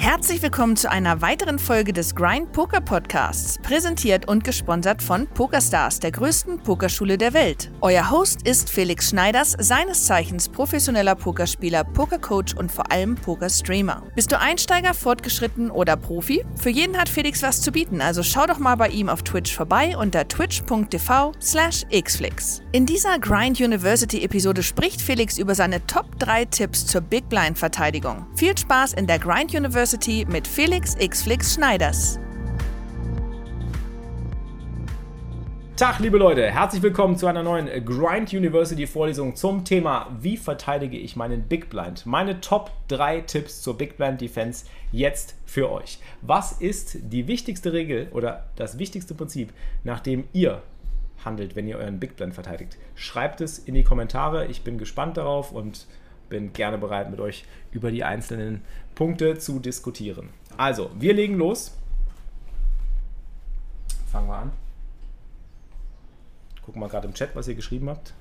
Herzlich willkommen zu einer weiteren Folge des Grind Poker Podcasts, präsentiert und gesponsert von PokerStars, der größten Pokerschule der Welt. Euer Host ist Felix Schneiders, seines Zeichens professioneller Pokerspieler, Pokercoach und vor allem Pokerstreamer. Bist du Einsteiger, Fortgeschritten oder Profi? Für jeden hat Felix was zu bieten, also schau doch mal bei ihm auf Twitch vorbei unter twitch.tv/xflix. In dieser Grind University Episode spricht Felix über seine Top 3 Tipps zur Big Blind Verteidigung. Viel Spaß in der Grind University mit Felix Xflix Schneiders. Tag, liebe Leute, herzlich willkommen zu einer neuen Grind University Vorlesung zum Thema: Wie verteidige ich meinen Big Blind? Meine Top 3 Tipps zur Big Blind Defense jetzt für euch. Was ist die wichtigste Regel oder das wichtigste Prinzip, nach dem ihr handelt, wenn ihr euren Big Blind verteidigt? Schreibt es in die Kommentare, ich bin gespannt darauf und bin gerne bereit, mit euch über die einzelnen Punkte zu diskutieren. Also, wir legen los. Fangen wir an. Gucken wir gerade im Chat, was ihr geschrieben habt.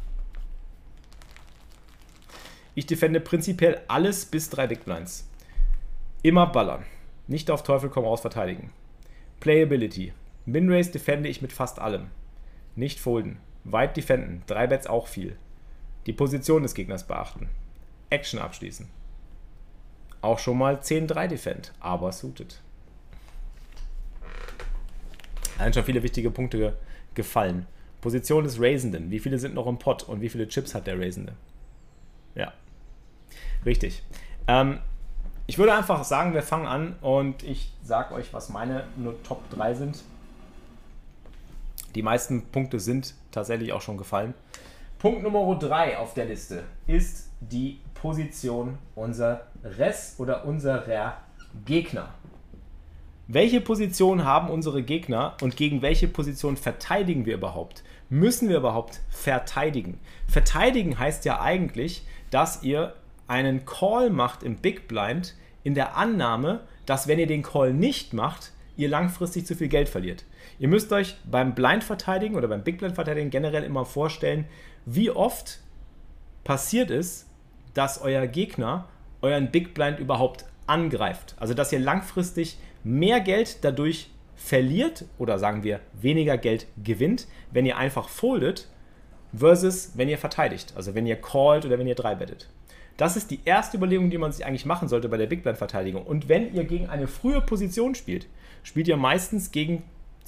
Ich defende prinzipiell alles bis 3 Big Blinds. Immer ballern. Nicht auf Teufel komm raus verteidigen. Playability. Min-Raise defende ich mit fast allem. Nicht folden. Wide defenden. 3 Bets auch viel. Die Position des Gegners beachten. Action abschließen. Auch schon mal 10-3 Defend, aber suited. Eigentlich schon viele wichtige Punkte gefallen. Position des Raisenden. Wie viele sind noch im Pot und wie viele Chips hat der Raisende? Ja, richtig. Ich würde einfach sagen, wir fangen an und ich sage euch, was meine nur Top 3 sind. Die meisten Punkte sind tatsächlich auch schon gefallen. Punkt Nummer 3 auf der Liste ist die Position unseres oder unserer Gegner. Welche Position haben unsere Gegner und gegen welche Position verteidigen wir überhaupt? Müssen wir überhaupt verteidigen? Verteidigen heißt ja eigentlich, dass ihr einen Call macht im Big Blind in der Annahme, dass wenn ihr den Call nicht macht, ihr langfristig zu viel Geld verliert. Ihr müsst euch beim Blind verteidigen oder beim Big Blind verteidigen generell immer vorstellen, wie oft passiert es, dass euer Gegner euren Big Blind überhaupt angreift. Also dass ihr langfristig mehr Geld dadurch verliert oder sagen wir weniger Geld gewinnt, wenn ihr einfach foldet, versus wenn ihr verteidigt. Also wenn ihr callt oder wenn ihr 3-bettet. Das ist die erste Überlegung, die man sich eigentlich machen sollte bei der Big Blind Verteidigung. Und wenn ihr gegen eine frühe Position spielt, spielt ihr meistens gegen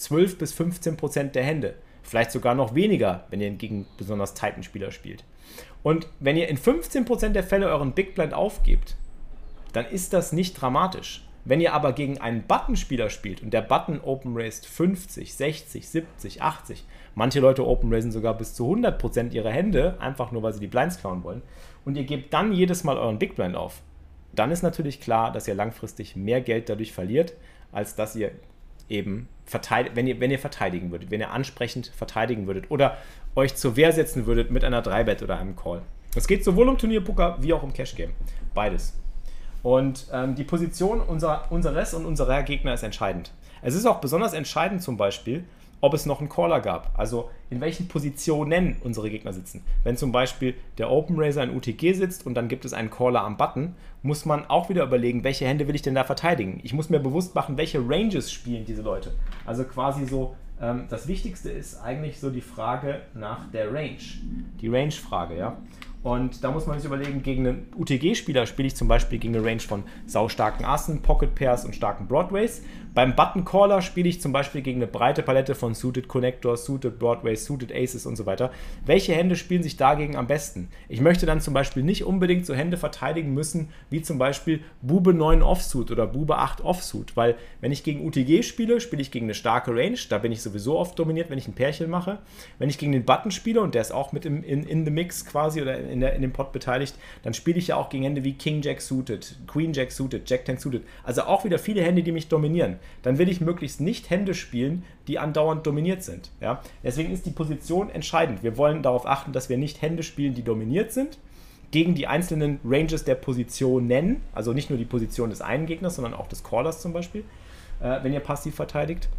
12-15% der Hände. Vielleicht sogar noch weniger, wenn ihr gegen besonders tighten Spieler spielt. Und wenn ihr in 15% der Fälle euren Big Blind aufgebt, dann ist das nicht dramatisch. Wenn ihr aber gegen einen Button-Spieler spielt und der Button open raised 50, 60, 70, 80, manche Leute open raisen sogar bis zu 100% ihrer Hände, einfach nur weil sie die Blinds klauen wollen, und ihr gebt dann jedes Mal euren Big Blind auf, dann ist natürlich klar, dass ihr langfristig mehr Geld dadurch verliert, als dass ihr eben wenn ihr verteidigen würdet, wenn ihr ansprechend verteidigen würdet oder euch zur Wehr setzen würdet mit einer 3-Bet oder einem Call. Es geht sowohl um Turnierpoker wie auch um Cash Game. Beides. Und die Position unseres und unserer Gegner ist entscheidend. Es ist auch besonders entscheidend zum Beispiel, ob es noch einen Caller gab. Also in welchen Positionen unsere Gegner sitzen. Wenn zum Beispiel der Open Raiser in UTG sitzt und dann gibt es einen Caller am Button, muss man auch wieder überlegen, welche Hände will ich denn da verteidigen. Ich muss mir bewusst machen, welche Ranges spielen diese Leute. Also quasi so, das Wichtigste ist eigentlich so die Frage nach der Range. Die Range-Frage, ja. Und da muss man sich überlegen, gegen einen UTG-Spieler spiele ich zum Beispiel gegen eine Range von saustarken Assen, Pocket Pairs und starken Broadways. Beim Button Caller spiele ich zum Beispiel gegen eine breite Palette von Suited Connectors, Suited Broadways, Suited Aces und so weiter. Welche Hände spielen sich dagegen am besten? Ich möchte dann zum Beispiel nicht unbedingt so Hände verteidigen müssen, wie zum Beispiel Bube 9 Offsuit oder Bube 8 Offsuit, weil wenn ich gegen UTG spiele, spiele ich gegen eine starke Range, da bin ich sowieso oft dominiert, wenn ich ein Pärchen mache. Wenn ich gegen den Button spiele und der ist auch mit in the Mix quasi oder in dem Pot beteiligt, dann spiele ich ja auch gegen Hände wie King Jack Suited, Queen Jack Suited, Jack 10 Suited, also auch wieder viele Hände, die mich dominieren. Dann will ich möglichst nicht Hände spielen, die andauernd dominiert sind. Ja? Deswegen ist die Position entscheidend. Wir wollen darauf achten, dass wir nicht Hände spielen, die dominiert sind, gegen die einzelnen Ranges der Positionen, also nicht nur die Position des einen Gegners, sondern auch des Callers zum Beispiel, wenn ihr passiv verteidigt.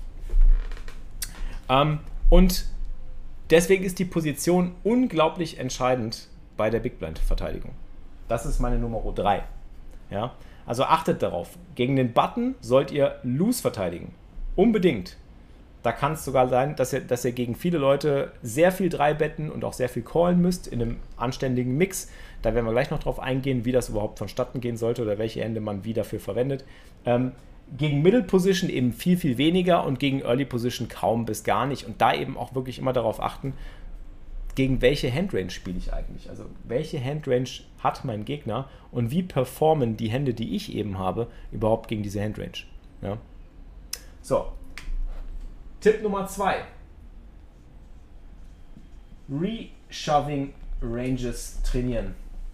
Und deswegen ist die Position unglaublich entscheidend bei der Big Blind Verteidigung. Das ist meine Nummer 3. Ja? Also achtet darauf. Gegen den Button sollt ihr loose verteidigen. Unbedingt. Da kann es sogar sein, dass ihr gegen viele Leute sehr viel 3-betten und auch sehr viel callen müsst in einem anständigen Mix. Da werden wir gleich noch drauf eingehen, wie das überhaupt vonstatten gehen sollte oder welche Hände man wie dafür verwendet. Gegen Middle Position eben viel, viel weniger und gegen Early Position kaum bis gar nicht. Und da eben auch wirklich immer darauf achten, gegen welche Handrange spiele ich eigentlich? Also welche Handrange hat mein Gegner und wie performen die Hände, die ich eben habe, überhaupt gegen diese Handrange? Ja. So, Tipp Nummer 2. Reshoving Ranges trainieren.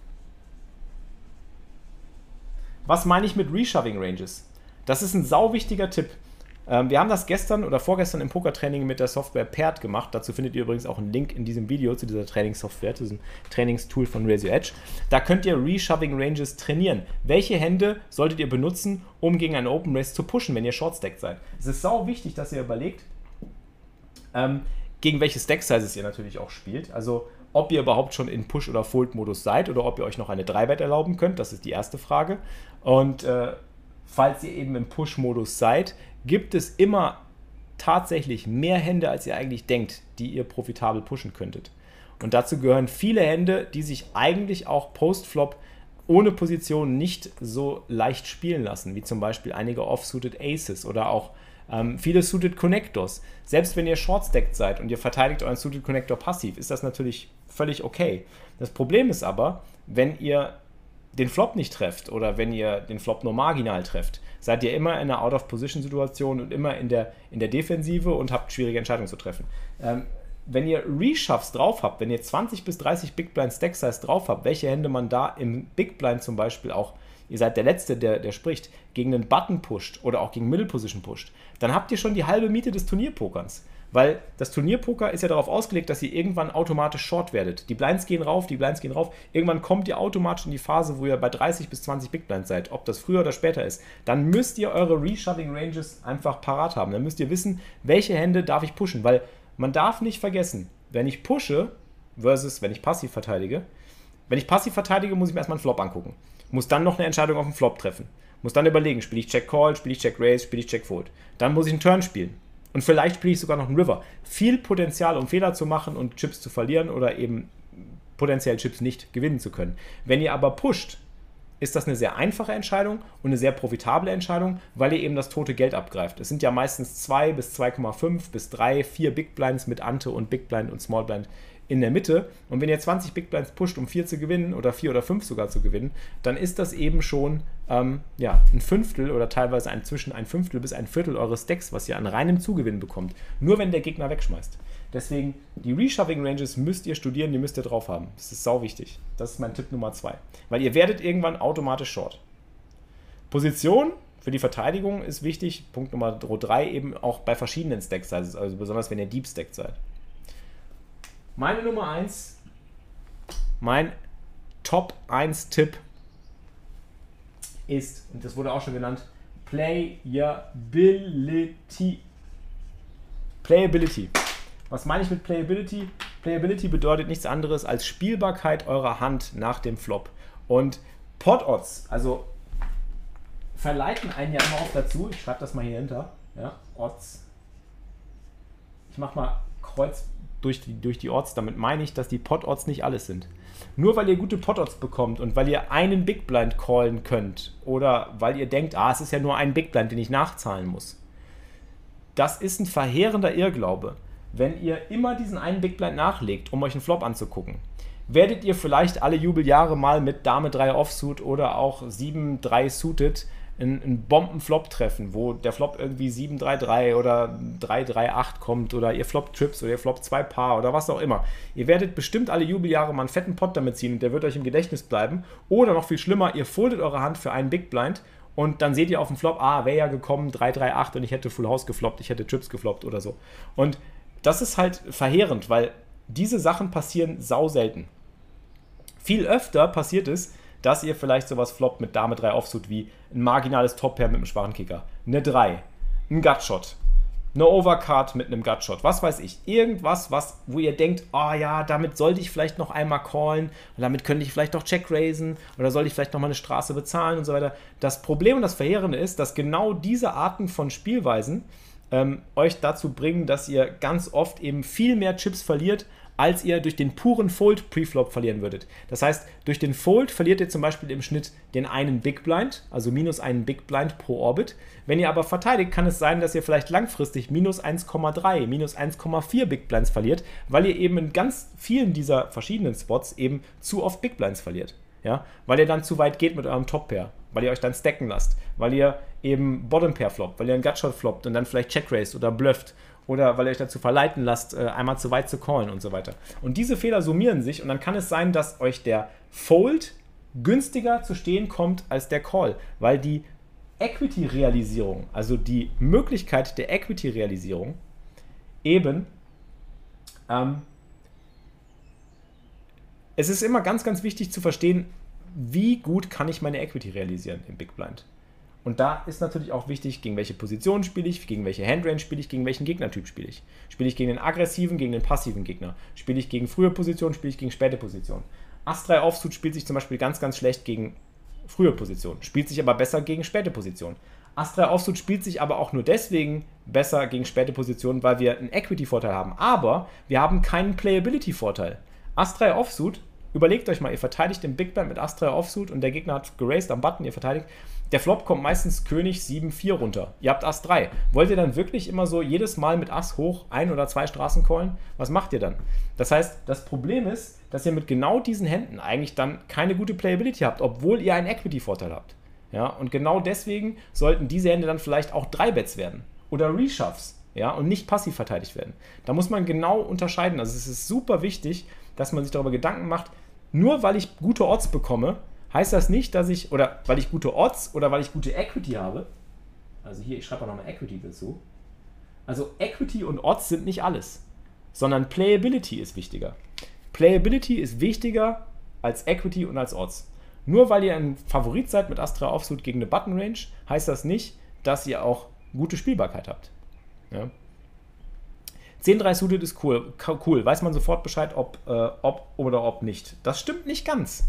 Was meine ich mit Reshoving Ranges? Das ist ein sauwichtiger Tipp. Wir haben das gestern oder vorgestern im Pokertraining mit der Software Paired gemacht. Dazu findet ihr übrigens auch einen Link in diesem Video zu dieser Trainingssoftware, zu diesem Trainingstool von Raise Your Edge. Da könnt ihr Reshoving Ranges trainieren. Welche Hände solltet ihr benutzen, um gegen einen Open Race zu pushen, wenn ihr Short-Stacked seid? Es ist sau wichtig, dass ihr überlegt, gegen welche Stack-Sizes ihr natürlich auch spielt. Also ob ihr überhaupt schon in Push- oder Fold-Modus seid oder ob ihr euch noch eine 3-Bet erlauben könnt, das ist die erste Frage. Und falls ihr eben im Push-Modus seid, gibt es immer tatsächlich mehr Hände, als ihr eigentlich denkt, die ihr profitabel pushen könntet. Und dazu gehören viele Hände, die sich eigentlich auch Post-Flop ohne Position nicht so leicht spielen lassen, wie zum Beispiel einige Off-Suited Aces oder auch viele Suited Connectors. Selbst wenn ihr Short-Stacked seid und ihr verteidigt euren Suited Connector passiv, ist das natürlich völlig okay. Das Problem ist aber, wenn ihr den Flop nicht trefft oder wenn ihr den Flop nur marginal trefft, seid ihr immer in einer Out-of-Position-Situation und immer in der Defensive und habt schwierige Entscheidungen zu treffen. Wenn ihr Reshoves drauf habt, wenn ihr 20 bis 30 Big Blind Stack Size drauf habt, welche Hände man da im Big Blind zum Beispiel auch, ihr seid der Letzte, der spricht, gegen einen Button pusht oder auch gegen Middle Position pusht, dann habt ihr schon die halbe Miete des Turnierpokerns. Weil das Turnierpoker ist ja darauf ausgelegt, dass ihr irgendwann automatisch Short werdet. Die Blinds gehen rauf, Irgendwann kommt ihr automatisch in die Phase, wo ihr bei 30 bis 20 Big Blinds seid, ob das früher oder später ist. Dann müsst ihr eure Reshoving Ranges einfach parat haben. Dann müsst ihr wissen, welche Hände darf ich pushen. Weil man darf nicht vergessen, wenn ich pushe versus wenn ich passiv verteidige. Wenn ich passiv verteidige, muss ich mir erstmal einen Flop angucken. Muss dann noch eine Entscheidung auf den Flop treffen. Muss dann überlegen, spiele ich Check Call, spiele ich Check Raise, spiele ich Check Fold. Dann muss ich einen Turn spielen. Und vielleicht spiele ich sogar noch einen River. Viel Potenzial, um Fehler zu machen und Chips zu verlieren oder eben potenziell Chips nicht gewinnen zu können. Wenn ihr aber pusht, ist das eine sehr einfache Entscheidung und eine sehr profitable Entscheidung, weil ihr eben das tote Geld abgreift. Es sind ja meistens 2 bis 2,5 bis 3, 4 Big Blinds mit Ante und Big Blind und Small Blind in der Mitte. Und wenn ihr 20 Big Blinds pusht, um 4 zu gewinnen oder 4 oder 5 sogar zu gewinnen, dann ist das eben schon ein Fünftel oder teilweise zwischen ein Fünftel bis ein Viertel eures Decks, was ihr an reinem Zugewinn bekommt. Nur wenn der Gegner wegschmeißt. Deswegen, die Reshoving Ranges müsst ihr studieren, die müsst ihr drauf haben. Das ist sau wichtig. Das ist mein Tipp Nummer 2. Weil ihr werdet irgendwann automatisch Short. Position für die Verteidigung ist wichtig. Punkt Nummer 3 eben auch bei verschiedenen Stack-Sizes, also besonders wenn ihr Deep Stacked seid. Meine Nummer 1, mein Top 1 Tipp ist, und das wurde auch schon genannt, Playability. Playability. Was meine ich mit Playability? Playability bedeutet nichts anderes als Spielbarkeit eurer Hand nach dem Flop. Und Pot-Odds, also verleiten einen ja immer auch dazu, ich schreibe das mal hier hinter, ja, Odds. Ich mache mal Kreuz durch die Odds, damit meine ich, dass die Pot-Odds nicht alles sind. Nur weil ihr gute Pot-Odds bekommt und weil ihr einen Big Blind callen könnt oder weil ihr denkt, es ist ja nur ein Big Blind, den ich nachzahlen muss. Das ist ein verheerender Irrglaube. Wenn ihr immer diesen einen Big Blind nachlegt, um euch einen Flop anzugucken, werdet ihr vielleicht alle Jubeljahre mal mit Dame 3 Offsuit oder auch 7-3 Suited einen Bombenflop treffen, wo der Flop irgendwie 7-3-3 oder 3-3-8 kommt oder ihr Flop Trips oder ihr Flop 2 Paar oder was auch immer. Ihr werdet bestimmt alle Jubeljahre mal einen fetten Pot damit ziehen und der wird euch im Gedächtnis bleiben. Oder noch viel schlimmer, ihr foldet eure Hand für einen Big Blind und dann seht ihr auf dem Flop, wäre ja gekommen 3-3-8 und ich hätte Full House gefloppt, ich hätte Trips gefloppt oder so. Und das ist halt verheerend, weil diese Sachen passieren sau selten. Viel öfter passiert es, dass ihr vielleicht sowas floppt mit Dame 3 Offsuit wie ein marginales Top-Pair mit einem schwachen Kicker, eine 3, ein Gutshot, eine Overcard mit einem Gutshot, was weiß ich, irgendwas, wo ihr denkt, damit sollte ich vielleicht noch einmal callen und damit könnte ich vielleicht noch check raisen oder sollte ich vielleicht noch mal eine Straße bezahlen und so weiter. Das Problem und das Verheerende ist, dass genau diese Arten von Spielweisen euch dazu bringen, dass ihr ganz oft eben viel mehr Chips verliert, als ihr durch den puren Fold Preflop verlieren würdet. Das heißt, durch den Fold verliert ihr zum Beispiel im Schnitt den einen Big Blind, also minus einen Big Blind pro Orbit. Wenn ihr aber verteidigt, kann es sein, dass ihr vielleicht langfristig minus 1,3, minus 1,4 Big Blinds verliert, weil ihr eben in ganz vielen dieser verschiedenen Spots eben zu oft Big Blinds verliert. Ja? Weil ihr dann zu weit geht mit eurem Top-Pair, weil ihr euch dann stacken lasst, weil ihr eben Bottom-Pair floppt, weil ihr einen Gutshot floppt und dann vielleicht check-raised oder blufft. Oder weil ihr euch dazu verleiten lasst, einmal zu weit zu callen und so weiter. Und diese Fehler summieren sich und dann kann es sein, dass euch der Fold günstiger zu stehen kommt als der Call, weil die Equity-Realisierung, also die Möglichkeit der Equity-Realisierung eben, es ist immer ganz, ganz wichtig zu verstehen, wie gut kann ich meine Equity realisieren im Big Blind. Und da ist natürlich auch wichtig, gegen welche Position spiele ich, gegen welche Handrange spiele ich, gegen welchen Gegnertyp spiele ich. Spiele ich gegen den aggressiven, gegen den passiven Gegner? Spiele ich gegen frühe Position, spiele ich gegen späte Position? Ass-3 Offsuit spielt sich zum Beispiel ganz, ganz schlecht gegen frühe Position, spielt sich aber besser gegen späte Position. Ass-3 Offsuit spielt sich aber auch nur deswegen besser gegen späte Positionen, weil wir einen Equity-Vorteil haben. Aber wir haben keinen Playability-Vorteil. Ass-3 Offsuit, überlegt euch mal, ihr verteidigt den Big Blind mit Ass-3 Offsuit und der Gegner hat geraced am Button, ihr verteidigt. Der Flop kommt meistens König 7-4 runter. Ihr habt Ass 3. Wollt ihr dann wirklich immer so jedes Mal mit Ass hoch 1 oder 2 Straßen callen? Was macht ihr dann? Das heißt, das Problem ist, dass ihr mit genau diesen Händen eigentlich dann keine gute Playability habt, obwohl ihr einen Equity-Vorteil habt. Ja, und genau deswegen sollten diese Hände dann vielleicht auch 3-Bets werden oder Reshuffs, ja, und nicht passiv verteidigt werden. Da muss man genau unterscheiden. Also es ist super wichtig, dass man sich darüber Gedanken macht, nur weil ich gute Odds bekomme, heißt das nicht, dass ich, oder weil ich gute Odds oder weil ich gute Equity habe, also hier, ich schreibe auch nochmal Equity dazu, also Equity und Odds sind nicht alles, sondern Playability ist wichtiger. Playability ist wichtiger als Equity und als Odds. Nur weil ihr ein Favorit seid mit Ass-3 Offsuit gegen eine Button Range, heißt das nicht, dass ihr auch gute Spielbarkeit habt. Ja. 10-3 Suited ist cool. Weiß man sofort Bescheid, ob oder ob nicht. Das stimmt nicht ganz.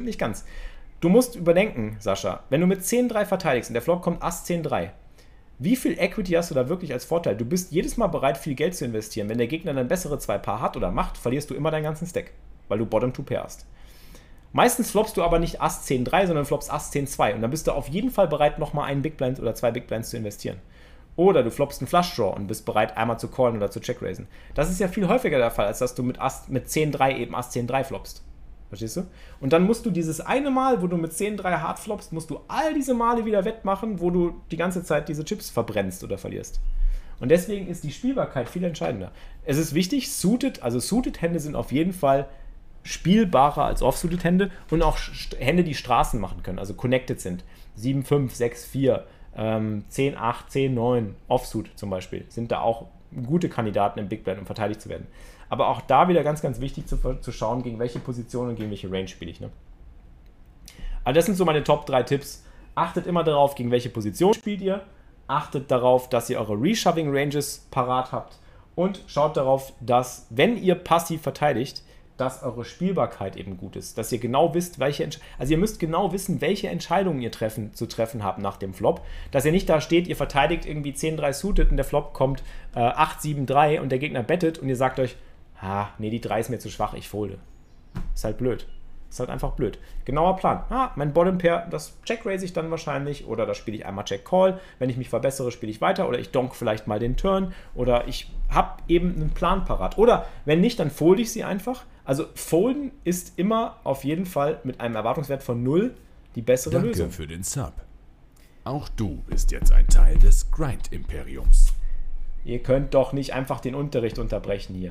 Du musst überdenken, Sascha, wenn du mit 10-3 verteidigst und der Flop kommt Ass 10-3, wie viel Equity hast du da wirklich als Vorteil? Du bist jedes Mal bereit, viel Geld zu investieren. Wenn der Gegner dann bessere 2 Paar hat oder macht, verlierst du immer deinen ganzen Stack, weil du Bottom 2 Pair hast. Meistens floppst du aber nicht Ass 10-3, sondern floppst Ass 10-2 und dann bist du auf jeden Fall bereit, nochmal einen Big Blind oder 2 Big Blinds zu investieren. Oder du floppst einen Flush Draw und bist bereit, einmal zu callen oder zu check raisen. Das ist ja viel häufiger der Fall, als dass du mit 10-3 eben Ass 10-3 floppst. Verstehst du? Und dann musst du dieses eine Mal, wo du mit 10-3 hart floppst, musst du all diese Male wieder wettmachen, wo du die ganze Zeit diese Chips verbrennst oder verlierst. Und deswegen ist die Spielbarkeit viel entscheidender. Es ist wichtig, Suited-Hände sind auf jeden Fall spielbarer als Off-Suited-Hände und auch Hände, die Straßen machen können, also connected sind. 7-5, 6-4, 10-8, 10-9, Offsuit zum Beispiel, sind da auch gute Kandidaten im Big Blind, um verteidigt zu werden. Aber auch da wieder ganz, ganz wichtig zu schauen, gegen welche Position und gegen welche Range spiele ich. Ne? Also das sind so meine Top 3 Tipps. Achtet immer darauf, gegen welche Position spielt ihr. Achtet darauf, dass ihr eure Reshoving-Ranges parat habt. Und schaut darauf, dass, wenn ihr passiv verteidigt, dass eure Spielbarkeit eben gut ist. Dass ihr genau wisst, ihr müsst genau wissen, welche Entscheidungen ihr zu treffen habt nach dem Flop. Dass ihr nicht da steht, ihr verteidigt irgendwie 10-3 Suited und der Flop kommt 8-7-3 und der Gegner bettet und ihr sagt euch, nee, die 3 ist mir zu schwach, ich folde. Ist halt blöd. Ist halt einfach blöd. Genauer Plan. Mein Bottom Pair, das Check-Raise ich dann wahrscheinlich oder da spiele ich einmal Check-Call. Wenn ich mich verbessere, spiele ich weiter oder ich donk vielleicht mal den Turn oder ich habe eben einen Plan parat. Oder wenn nicht, dann folde ich sie einfach. Also folden ist immer auf jeden Fall mit einem Erwartungswert von 0 die bessere Lösung. Danke für den Sub. Auch du bist jetzt ein Teil des Grind-Imperiums. Ihr könnt doch nicht einfach den Unterricht unterbrechen hier.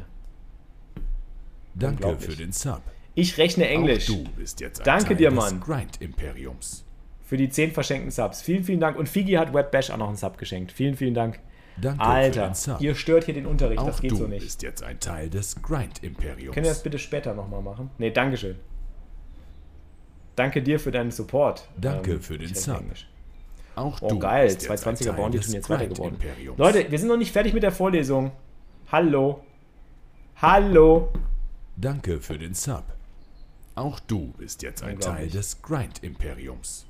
Danke für den Sub. Ich rechne Englisch. Auch du bist jetzt ein Danke Teil dir, des Mann. Grind-Imperiums. Für die 10 verschenkten Subs. Vielen, vielen Dank. Und Figi hat Webbash auch noch einen Sub geschenkt. Vielen, vielen Dank. Danke Alter, für den Sub. ihr stört hier den Unterricht. Auch das geht du so nicht. bist jetzt ein Teil des Grind-Imperiums. Können wir das bitte später nochmal machen? Nee, Dankeschön. Danke dir für deinen Support. Danke für den Sub. Englisch. Auch Oh du geil, bist jetzt ein 220er Teil Bounty des Turnier Zweiter Grind geworden. Imperiums. Leute, wir sind noch nicht fertig mit der Vorlesung. Hallo. Hallo. Danke für den Sub. Auch du bist jetzt ein Teil Unglaublich. des Grind Imperiums.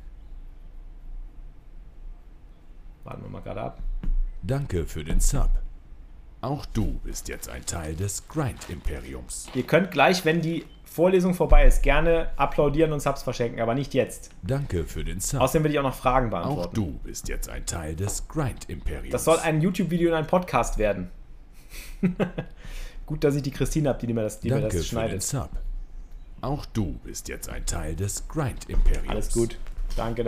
Warten wir mal gerade ab. Danke für den Sub. Auch du bist jetzt ein Teil des Grind Imperiums. Ihr könnt gleich, wenn die Vorlesung vorbei ist, gerne applaudieren und Subs verschenken, aber nicht jetzt. Danke für den Sub. Außerdem will ich auch noch Fragen Auch beantworten. du bist jetzt ein Teil des Grind Imperiums. Das soll ein YouTube-Video und ein Podcast werden. Gut, dass ich die Christine habe, die mir das Danke für den schneidet. Sub. Auch du bist jetzt ein Teil des Grind Imperiums. Alles gut. Danke.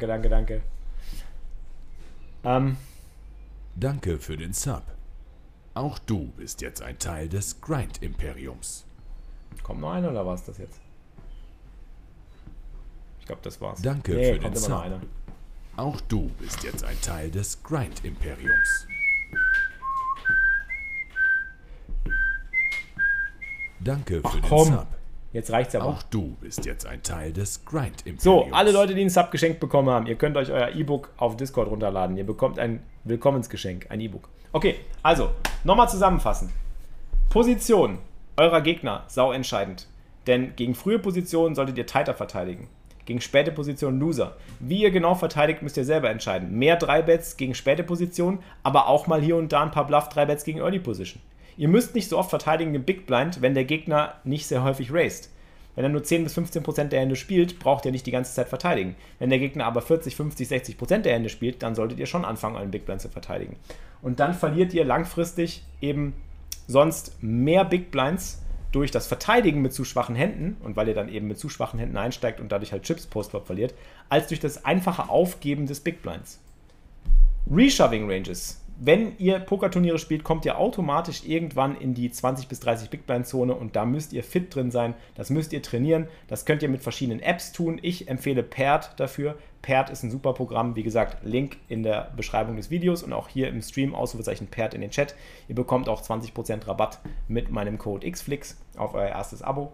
Danke für den Sub. Auch du bist jetzt ein Teil des Grind Imperiums. Kommt noch einer oder war es das jetzt? Ich glaube, das war's. Danke Nee, für den kommt immer noch Sub. einer. Auch du bist jetzt ein Teil des Grind Imperiums. Danke für den komm. Sub. Jetzt reicht's aber. Auch du bist jetzt ein Teil des Grind Imperiums. So, alle Leute, die einen Sub geschenkt bekommen haben, ihr könnt euch euer E-Book auf Discord runterladen. Ihr bekommt ein Willkommensgeschenk, ein E-Book. Okay, also, nochmal zusammenfassen. Position eurer Gegner, sau entscheidend. Denn gegen frühe Positionen solltet ihr tighter verteidigen. Gegen späte Positionen Loser. Wie ihr genau verteidigt, müsst ihr selber entscheiden. Mehr 3-Bets gegen späte Positionen, aber auch mal hier und da ein paar Bluff 3-Bets gegen Early Position. Ihr müsst nicht so oft verteidigen im Big Blind, wenn der Gegner nicht sehr häufig raced. Wenn er nur 10 bis 15% der Hände spielt, braucht ihr nicht die ganze Zeit verteidigen. Wenn der Gegner aber 40, 50, 60% der Hände spielt, dann solltet ihr schon anfangen, euren Big Blind zu verteidigen. Und dann verliert ihr langfristig eben sonst mehr Big Blinds durch das Verteidigen mit zu schwachen Händen und weil ihr dann eben mit zu schwachen Händen einsteigt und dadurch halt Chips Postflop verliert, als durch das einfache Aufgeben des Big Blinds. Reshoving Ranges. Wenn ihr Pokerturniere spielt, kommt ihr automatisch irgendwann in die 20 bis 30 Big Blind Zone und da müsst ihr fit drin sein. Das müsst ihr trainieren. Das könnt ihr mit verschiedenen Apps tun. Ich empfehle Paired dafür. Paired ist ein super Programm. Wie gesagt, Link in der Beschreibung des Videos und auch hier im Stream Ausrufezeichen Paired in den Chat. Ihr bekommt auch 20% Rabatt mit meinem Code XFlix auf euer erstes Abo.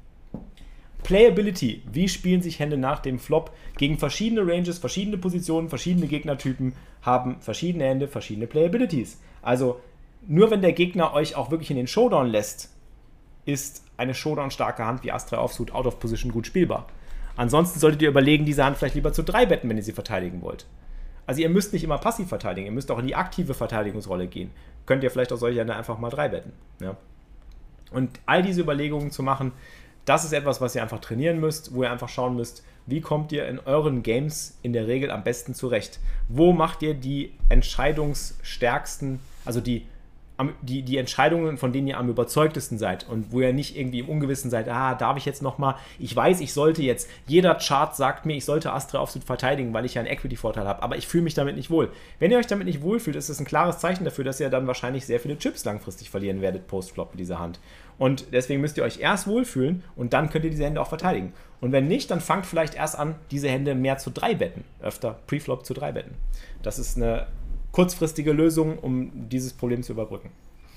Playability. Wie spielen sich Hände nach dem Flop? Gegen verschiedene Ranges, verschiedene Positionen, verschiedene Gegnertypen haben verschiedene Hände, verschiedene Playabilities. Also nur wenn der Gegner euch auch wirklich in den Showdown lässt, ist eine Showdown-starke Hand wie Ass 3 Offsuit out of position gut spielbar. Ansonsten solltet ihr überlegen, diese Hand vielleicht lieber zu 3 betten, wenn ihr sie verteidigen wollt. Also ihr müsst nicht immer passiv verteidigen, ihr müsst auch in die aktive Verteidigungsrolle gehen. Könnt ihr vielleicht auch solche Hände einfach mal 3 betten. Ja? Und all diese Überlegungen zu machen, das ist etwas, was ihr einfach trainieren müsst, wo ihr einfach schauen müsst, wie kommt ihr in euren Games in der Regel am besten zurecht? Wo macht ihr die entscheidungsstärksten, also die Entscheidungen, von denen ihr am überzeugtesten seid und wo ihr nicht irgendwie im Ungewissen seid, darf ich jetzt nochmal, ich weiß, ich sollte jetzt, jeder Chart sagt mir, ich sollte Ass 3 Offsuit verteidigen, weil ich ja einen Equity-Vorteil habe, aber ich fühle mich damit nicht wohl. Wenn ihr euch damit nicht wohlfühlt, ist das ein klares Zeichen dafür, dass ihr dann wahrscheinlich sehr viele Chips langfristig verlieren werdet, post-Flop mit dieser Hand. Und deswegen müsst ihr euch erst wohlfühlen und dann könnt ihr diese Hände auch verteidigen. Und wenn nicht, dann fangt vielleicht erst an, diese Hände mehr zu 3 betten, öfter Preflop zu 3 betten. Das ist eine kurzfristige Lösung, um dieses Problem zu überbrücken.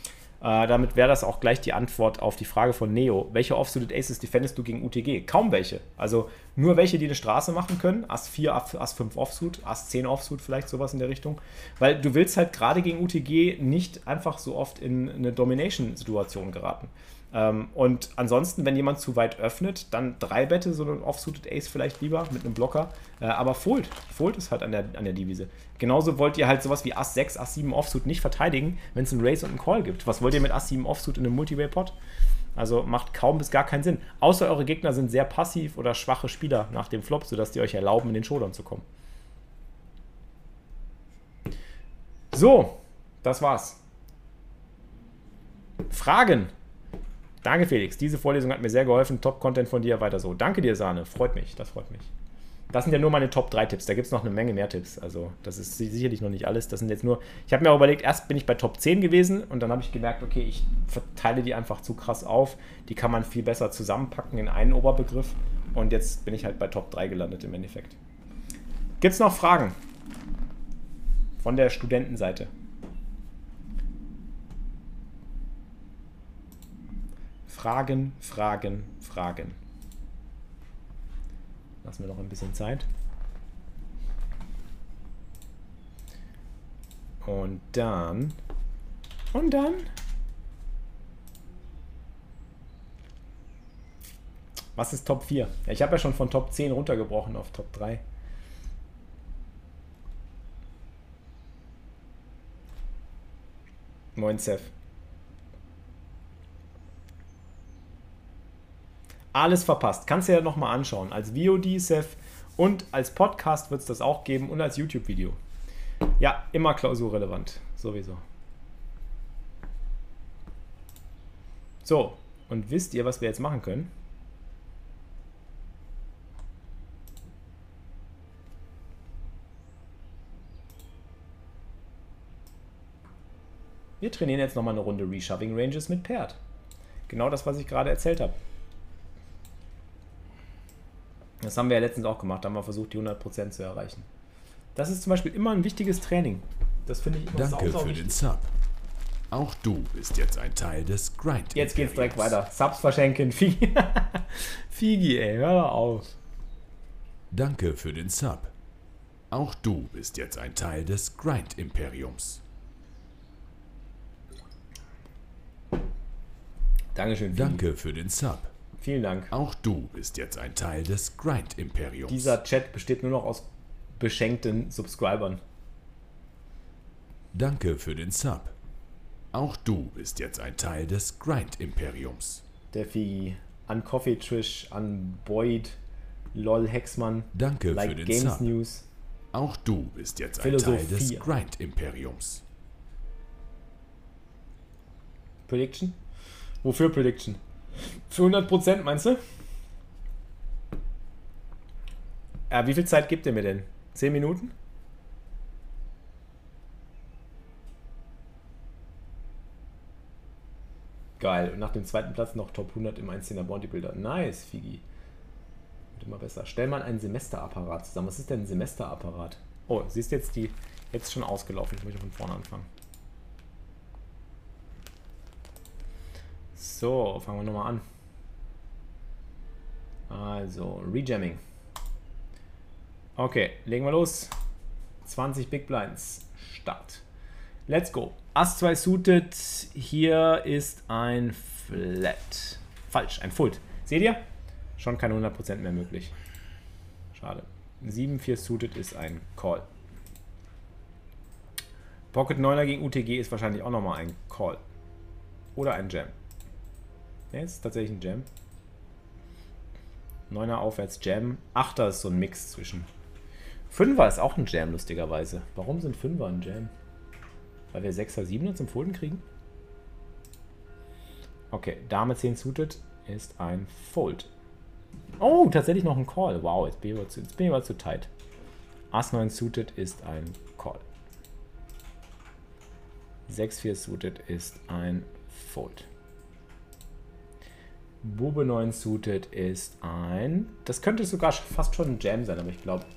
Damit wäre das auch gleich die Antwort auf die Frage von Neo. Welche Offsuited Aces defendest du gegen UTG? Kaum welche. Also nur welche, die eine Straße machen können. Ass 4, Ass 5 Offsuit, Ass 10 Offsuit vielleicht, sowas in der Richtung. Weil du willst halt gerade gegen UTG nicht einfach so oft in eine Domination-Situation geraten. Und ansonsten, wenn jemand zu weit öffnet, dann 3 Bette, so ein Offsuited Ace vielleicht lieber mit einem Blocker. Aber Fold ist halt an der Devise. Genauso wollt ihr halt sowas wie Ass 6, Ass 7 Offsuit nicht verteidigen, wenn es einen Raise und einen Call gibt. Was wollt ihr mit Ass 7 Offsuit in einem Multi-Way-Pot? Also macht kaum bis gar keinen Sinn. Außer eure Gegner sind sehr passiv oder schwache Spieler nach dem Flop, sodass die euch erlauben, in den Showdown zu kommen. So, das war's. Fragen? Danke, Felix. Diese Vorlesung hat mir sehr geholfen. Top-Content von dir. Weiter so. Danke dir, Sahne. Freut mich. Das freut mich. Das sind ja nur meine Top 3 Tipps. Da gibt es noch eine Menge mehr Tipps. Also, das ist sicherlich noch nicht alles. Das sind jetzt nur. Ich habe mir auch überlegt, erst bin ich bei Top 10 gewesen und dann habe ich gemerkt, okay, ich verteile die einfach zu krass auf. Die kann man viel besser zusammenpacken in einen Oberbegriff. Und jetzt bin ich halt bei Top 3 gelandet im Endeffekt. Gibt es noch Fragen? Von der Studentenseite. Fragen. Lassen wir noch ein bisschen Zeit. Und dann... Und dann... Was ist Top 4? Ja, ich habe ja schon von Top 10 runtergebrochen auf Top 3. Moin, Seth. Alles verpasst. Kannst du ja nochmal anschauen. Als VOD, Seth. Und als Podcast wird es das auch geben und als YouTube-Video. Ja, immer klausurrelevant. Sowieso. So, und wisst ihr, was wir jetzt machen können? Wir trainieren jetzt nochmal eine Runde Reshoving Ranges mit Paired. Genau das, was ich gerade erzählt habe. Das haben wir ja letztens auch gemacht. Da haben wir versucht, die 100% zu erreichen. Das ist zum Beispiel immer ein wichtiges Training. Das finde ich immer Danke sau für wichtig. den Sub. Auch du bist jetzt ein Teil des Grind. Jetzt geht's direkt weiter. Subs verschenken. Figi, ey, hör auf. Danke für den Sub. Auch du bist jetzt ein Teil des Grind-Imperiums. Dankeschön, Figi. Danke für den Sub. Vielen Dank. Auch du bist jetzt ein Teil des Grind-Imperiums. Dieser Chat besteht nur noch aus beschenkten Subscribern. Danke für den Sub. Auch du bist jetzt ein Teil des Grind-Imperiums. Der Figi. An Coffee Trish, an Boyd, LOL Hexmann, Danke like für den Games Sub. News. Auch du bist jetzt ein Philosophie. Teil des Grind-Imperiums. Prediction? Wofür Prediction? Für 100% meinst du? Ja, wie viel Zeit gibt ihr mir denn? 10 Minuten? Geil. Und nach dem zweiten Platz noch Top 100 im 1-10er Bodybuilder. Nice, Figi. Wird immer besser. Stell mal einen Semesterapparat zusammen. Was ist denn ein Semesterapparat? Oh, siehst du jetzt die... Jetzt schon ausgelaufen. Ich möchte von vorne anfangen. So, fangen wir nochmal an. Also, Rejamming. Okay, legen wir los. 20 Big Blinds. Start. Let's go. Ass 2 suited. Hier ist ein Flat. Falsch, ein Fold. Seht ihr? Schon keine 100% mehr möglich. Schade. 7-4 suited ist ein Call. Pocket 9er gegen UTG ist wahrscheinlich auch nochmal ein Call. Oder ein Jam. Ne, ist tatsächlich ein Jam. 9er aufwärts Jam. 8er ist so ein Mix zwischen. 5er ist auch ein Jam, lustigerweise. Warum sind 5er ein Jam? Weil wir 6er, 7er zum Folden kriegen? Okay, Dame 10 suited ist ein Fold. Oh, tatsächlich noch ein Call. Wow, jetzt bin ich aber zu tight. Ass 9 suited ist ein Call. 6-4 suited ist ein Fold. Bube 9 suited ist ein... Das könnte sogar fast schon ein Jam sein, aber ich glaube...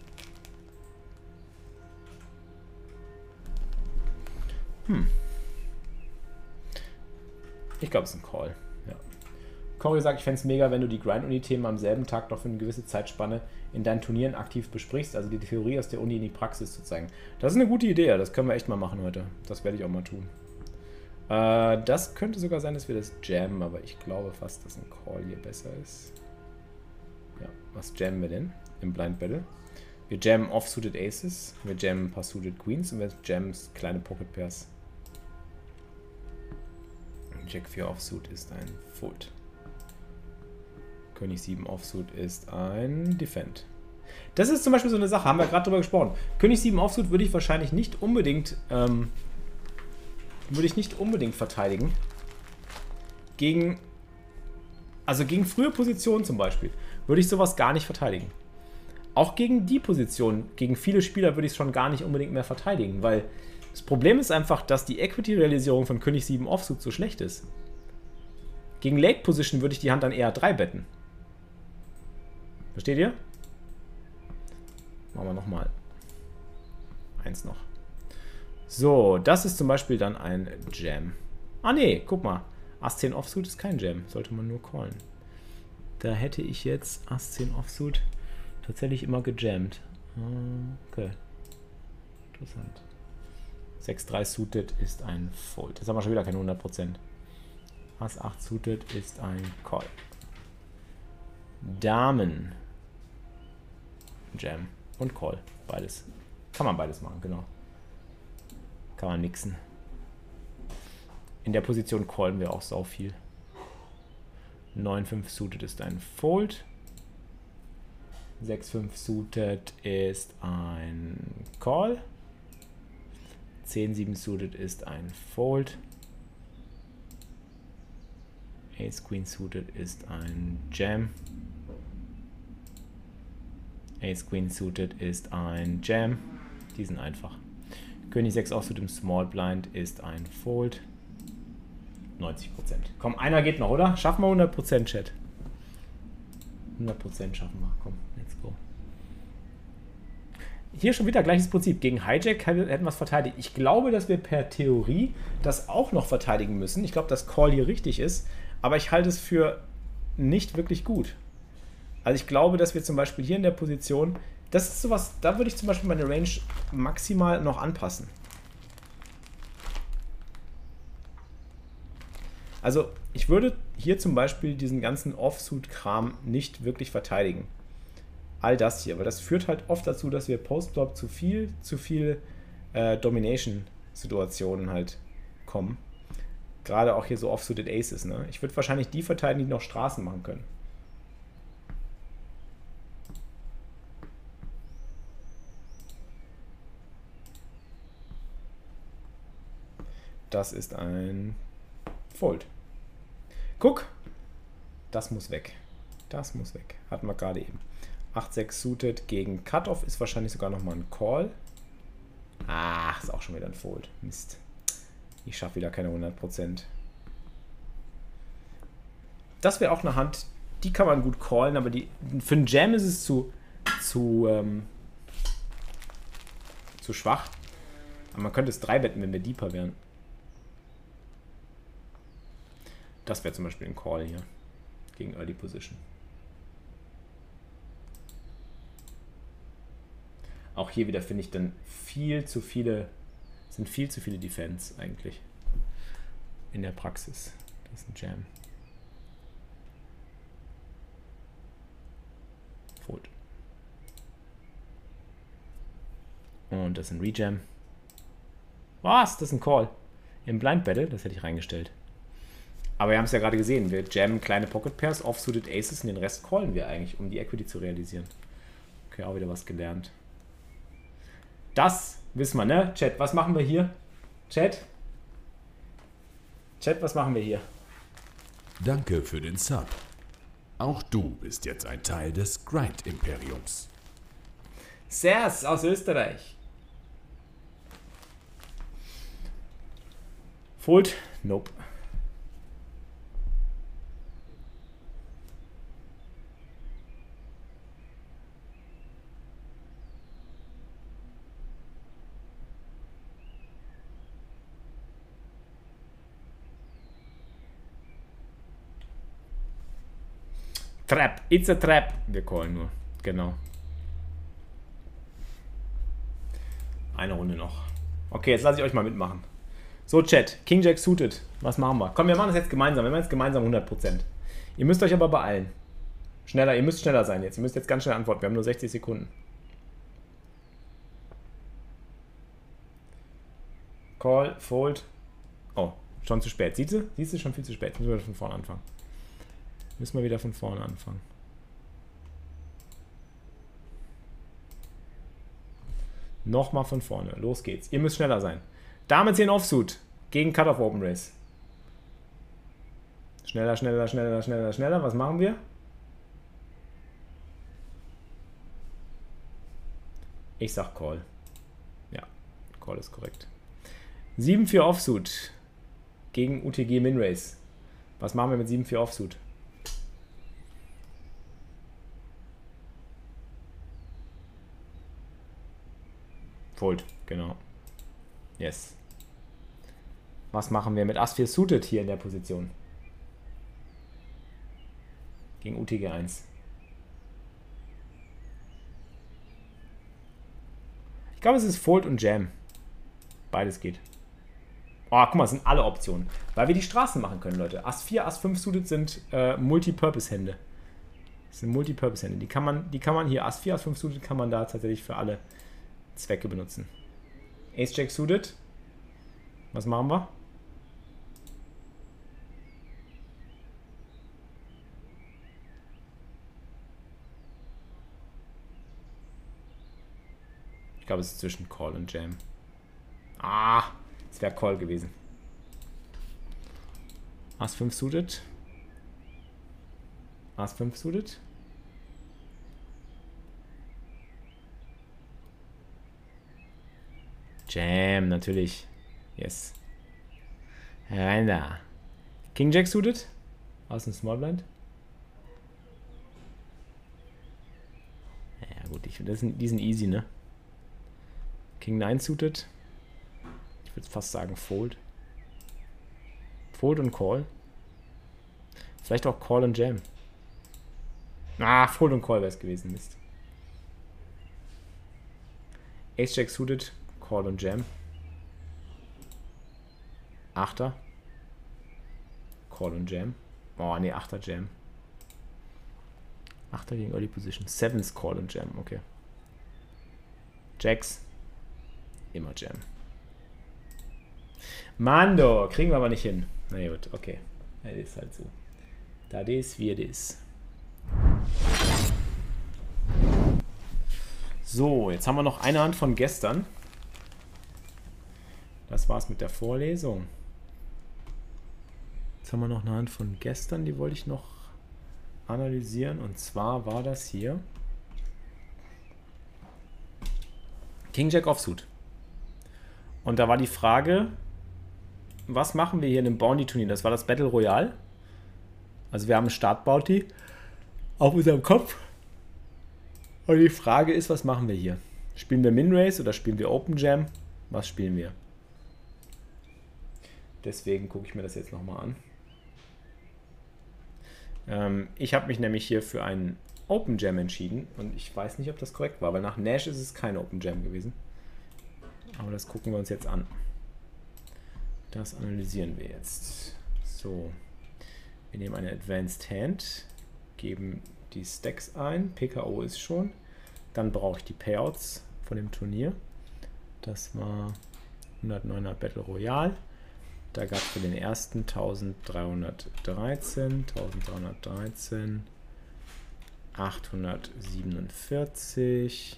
Ich glaube, es ist ein Call. Ja. Cory sagt, ich fände es mega, wenn du die Grind-Uni-Themen am selben Tag noch für eine gewisse Zeitspanne in deinen Turnieren aktiv besprichst, also die Theorie aus der Uni in die Praxis zu zeigen. Das ist eine gute Idee, das können wir echt mal machen heute. Das werde ich auch mal tun. Das könnte sogar sein, dass wir das jammen, aber ich glaube fast, dass ein Call hier besser ist. Ja, was jammen wir denn im Blind Battle? Wir jammen Off-Suited Aces, wir jammen ein paar Suited Queens und wir jammen kleine Pocket Pairs. Jack 4 Offsuit ist ein Fold. König 7 Offsuit ist ein Defend. Das ist zum Beispiel so eine Sache, haben wir gerade drüber gesprochen. König 7 Offsuit würde ich wahrscheinlich nicht unbedingt verteidigen. Gegen frühe Positionen zum Beispiel würde ich sowas gar nicht verteidigen. Auch gegen die Position, gegen viele Spieler würde ich es schon gar nicht unbedingt mehr verteidigen, weil das Problem ist einfach, dass die Equity-Realisierung von König 7 Offsuit so schlecht ist. Gegen Late Position würde ich die Hand dann eher 3 betten. Versteht ihr? Machen wir nochmal. Eins noch. So, das ist zum Beispiel dann ein Jam. Ah ne, guck mal. Ass 10 Offsuit ist kein Jam. Sollte man nur callen. Da hätte ich jetzt Ass 10 Offsuit tatsächlich immer gejammt. Okay. Interessant. 6-3 suited ist ein Fold. Jetzt haben wir schon wieder keine 100%. Ass 8 suited ist ein Call. Damen. Jam und Call. Beides. Kann man beides machen, genau. Kann man mixen. In der Position callen wir auch sau viel. 9-5 suited ist ein Fold. 6-5 suited ist ein Call. 10-7 suited ist ein Fold. Ace Queen suited ist ein Jam. Ace Queen suited ist ein Jam. Die sind einfach. König 6 auch suited im Small Blind ist ein Fold. 90%. Komm, einer geht noch, oder? Schaffen wir 100%, Chat. 100% schaffen wir. Komm, let's go. Hier schon wieder gleiches Prinzip. Gegen Hijack hätten wir es verteidigt. Ich glaube, dass wir per Theorie das auch noch verteidigen müssen. Ich glaube, dass Call hier richtig ist. Aber ich halte es für nicht wirklich gut. Also ich glaube, dass wir zum Beispiel hier in der Position, das ist sowas, da würde ich zum Beispiel meine Range maximal noch anpassen. Also ich würde hier zum Beispiel diesen ganzen Offsuit-Kram nicht wirklich verteidigen. All das hier, weil das führt halt oft dazu, dass wir Postflop zu viel Domination-Situationen halt kommen. Gerade auch hier so Offsuited Aces, ne? Ich würde wahrscheinlich die verteidigen, die noch Straßen machen können. Das ist ein Fold. Guck! Das muss weg. Das muss weg. Hatten wir gerade eben. 8-6 suited gegen Cutoff ist wahrscheinlich sogar nochmal ein Call. Ach, ist auch schon wieder ein Fold. Mist. Ich schaffe wieder keine 100%. Das wäre auch eine Hand, die kann man gut callen, aber für einen Jam ist es zu schwach. Aber man könnte es 3-betten, wenn wir deeper wären. Das wäre zum Beispiel ein Call hier gegen Early Position. Auch hier wieder finde ich dann sind viel zu viele Defense eigentlich in der Praxis. Das ist ein Jam. Fold. Und das ist ein Rejam. Was? Das ist ein Call. Im Blind Battle, das hätte ich reingestellt. Aber wir haben es ja gerade gesehen. Wir jammen kleine Pocket Pairs, Offsuited Aces und den Rest callen wir eigentlich, um die Equity zu realisieren. Okay, auch wieder was gelernt. Das wissen wir, ne? Chat, was machen wir hier? Chat? Chat, was machen wir hier? Danke für den Sub. Auch du bist jetzt ein Teil des Grind-Imperiums. Servus aus Österreich. Fold? Nope. Trap. It's a trap. Wir callen nur. Genau. Eine Runde noch. Okay, jetzt lasse ich euch mal mitmachen. So, Chat. King Jack suited. Was machen wir? Komm, wir machen das jetzt gemeinsam. Wir machen jetzt gemeinsam 100%. Ihr müsst euch aber beeilen. Schneller. Ihr müsst schneller sein jetzt. Ihr müsst jetzt ganz schnell antworten. Wir haben nur 60 Sekunden. Call, Fold. Oh, schon zu spät. Siehst du? Siehst du, schon viel zu spät. Müssen wir wieder von vorne anfangen. Müssen wir wieder von vorne anfangen. Nochmal von vorne. Los geht's. Ihr müsst schneller sein. Dame 10 Offsuit gegen Cutoff Open Race. Schneller, schneller, schneller, schneller, schneller. Was machen wir? Ich sag Call. Ja, Call ist korrekt. 7-4 Offsuit gegen UTG Min Race. Was machen wir mit 7-4 Offsuit? Fold, genau. Yes. Was machen wir mit Ass 4 suited hier in der Position? Gegen UTG 1. Ich glaube, es ist Fold und Jam. Beides geht. Oh, guck mal, das sind alle Optionen. Weil wir die Straßen machen können, Leute. Ass 4, Ass 5 suited sind Multipurpose-Hände. Das sind Multipurpose-Hände. Die kann man hier, Ass 4, Ass 5 suited, kann man da tatsächlich für alle Zwecke benutzen. Ace Jack suited. Was machen wir? Ich glaube, es ist zwischen Call und Jam. Ah, es wäre Call gewesen. Ass 5 suited. Ass 5 suited. Jam, natürlich. Yes. Rein da. King Jack suited. Aus dem Small Blind. Ja gut, die sind easy, ne? King 9 suited. Ich würde fast sagen Fold. Fold und Call. Vielleicht auch Call und Jam. Ah, Fold und Call wäre es gewesen. Mist. Ace Jack suited. Call und Jam. Achter. Call und Jam. Oh, ne, Achter Jam. Achter gegen Early Position. Sevens Call und Jam, okay. Jacks. Immer Jam. Mando, kriegen wir aber nicht hin. Na gut, okay. Das ist halt so. Das ist, wie es ist. So, jetzt haben wir noch eine Hand von gestern. Das war's mit der Vorlesung. Jetzt haben wir noch eine Hand von gestern, die wollte ich noch analysieren. Und zwar war das hier King Jack Offsuit. Und da war die Frage, was machen wir hier in dem Bounty-Turnier? Das war das Battle Royale. Also wir haben ein Start-Bounty auf unserem Kopf. Und die Frage ist, was machen wir hier? Spielen wir Min-Race oder spielen wir Open Jam? Was spielen wir? Deswegen gucke ich mir das jetzt nochmal an. Ich habe mich nämlich hier für einen Open Jam entschieden. Und ich weiß nicht, ob das korrekt war, weil nach Nash ist es kein Open Jam gewesen. Aber das gucken wir uns jetzt an. Das analysieren wir jetzt. So. Wir nehmen eine Advanced Hand, geben die Stacks ein. PKO ist schon. Dann brauche ich die Payouts von dem Turnier. Das war 109er Battle Royale. Da gab es für den ersten 1313, 847,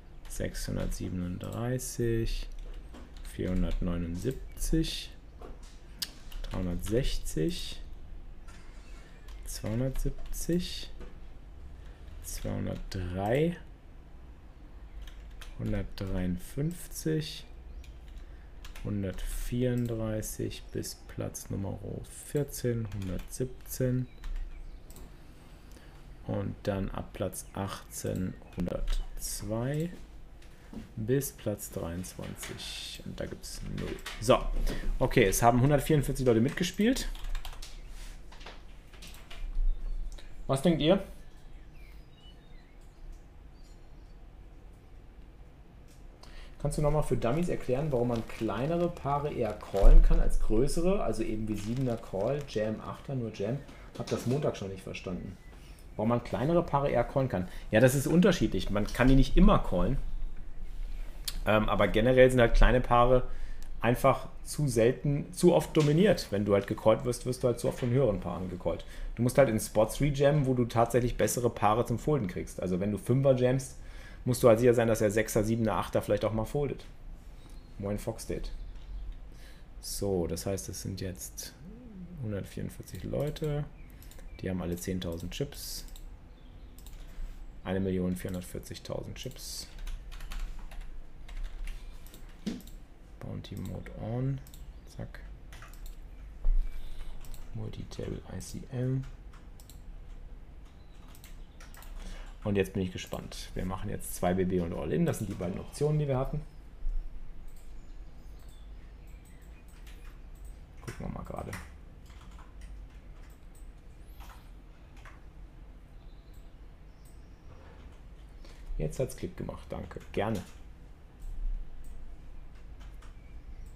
637, 479, 360, 270, 203, 153, 134 bis Platz Nummer 14, 117 und dann ab Platz 18 102 bis Platz 23 und da gibt es 0. So, okay, es haben 144 Leute mitgespielt. Was denkt ihr? Kannst du nochmal für Dummies erklären, warum man kleinere Paare eher callen kann als größere? Also eben wie 7er Call, Jam, 8er, nur Jam. Hab das Montag schon nicht verstanden. Warum man kleinere Paare eher callen kann. Ja, das ist unterschiedlich. Man kann die nicht immer callen. Aber generell sind halt kleine Paare einfach zu selten, zu oft dominiert. Wenn du halt gecallt wirst, wirst du halt zu oft von höheren Paaren gecallt. Du musst halt in Spots rejammen, wo du tatsächlich bessere Paare zum Folden kriegst. Also wenn du 5er jammst, musst du halt sicher sein, dass er 6er, 7er, 8er vielleicht auch mal foldet. Moin Foxdate. So, das heißt, es sind jetzt 144 Leute. Die haben alle 10.000 Chips. 1.440.000 Chips. Bounty Mode on. Zack. Multi-Table ICM. Und jetzt bin ich gespannt. Wir machen jetzt 2 BB und All-In. Das sind die beiden Optionen, die wir hatten. Gucken wir mal gerade. Jetzt hat es Klick gemacht. Danke. Gerne.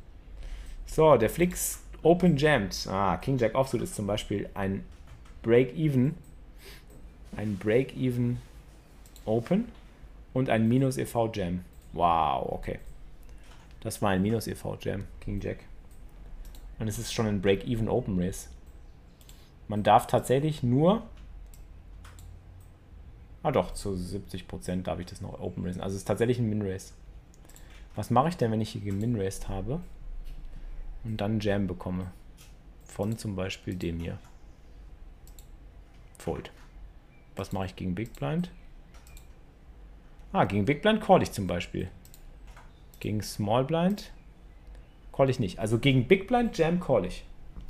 So, der Flix Open Jammed. King Jack Offsuit ist zum Beispiel ein Break-Even Open und ein Minus EV Jam. Wow, okay. Das war ein Minus EV Jam, King Jack. Und es ist schon ein Break-Even Open Race. Man darf tatsächlich nur... doch, zu 70% darf ich das noch Open Racen. Also es ist tatsächlich ein Min Race. Was mache ich denn, wenn ich hier Min Raced habe und dann Jam bekomme? Von zum Beispiel dem hier. Fold. Was mache ich gegen Big Blind? Gegen Big Blind call ich zum Beispiel. Gegen Small Blind call ich nicht. Also gegen Big Blind Jam call ich.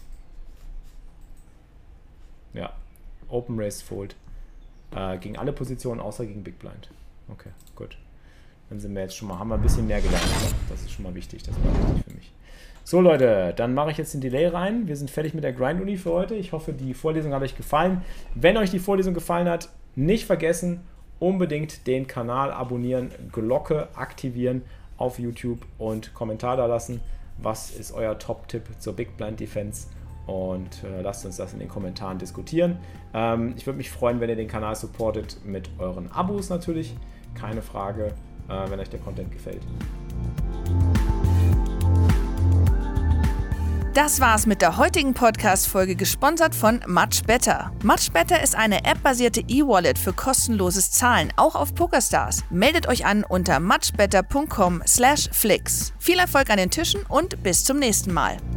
Ja. Open Race Fold. Gegen alle Positionen außer gegen Big Blind. Okay, gut. Dann sind wir jetzt schon mal, haben wir ein bisschen mehr gelernt. Das ist schon mal wichtig. Das war wichtig für mich. So Leute, dann mache ich jetzt den Delay rein. Wir sind fertig mit der Grind-Uni für heute. Ich hoffe, die Vorlesung hat euch gefallen. Wenn euch die Vorlesung gefallen hat, nicht vergessen, unbedingt den Kanal abonnieren, Glocke aktivieren auf YouTube und Kommentar da lassen. Was ist euer Top-Tipp zur Big Blind Defense? Und lasst uns das in den Kommentaren diskutieren. Ich würde mich freuen, wenn ihr den Kanal supportet mit euren Abos natürlich. Keine Frage, wenn euch der Content gefällt. Das war's mit der heutigen Podcast-Folge, gesponsert von Much Better. Much Better ist eine App-basierte E-Wallet für kostenloses Zahlen, auch auf PokerStars. Meldet euch an unter muchbetter.com/flix. Viel Erfolg an den Tischen und bis zum nächsten Mal.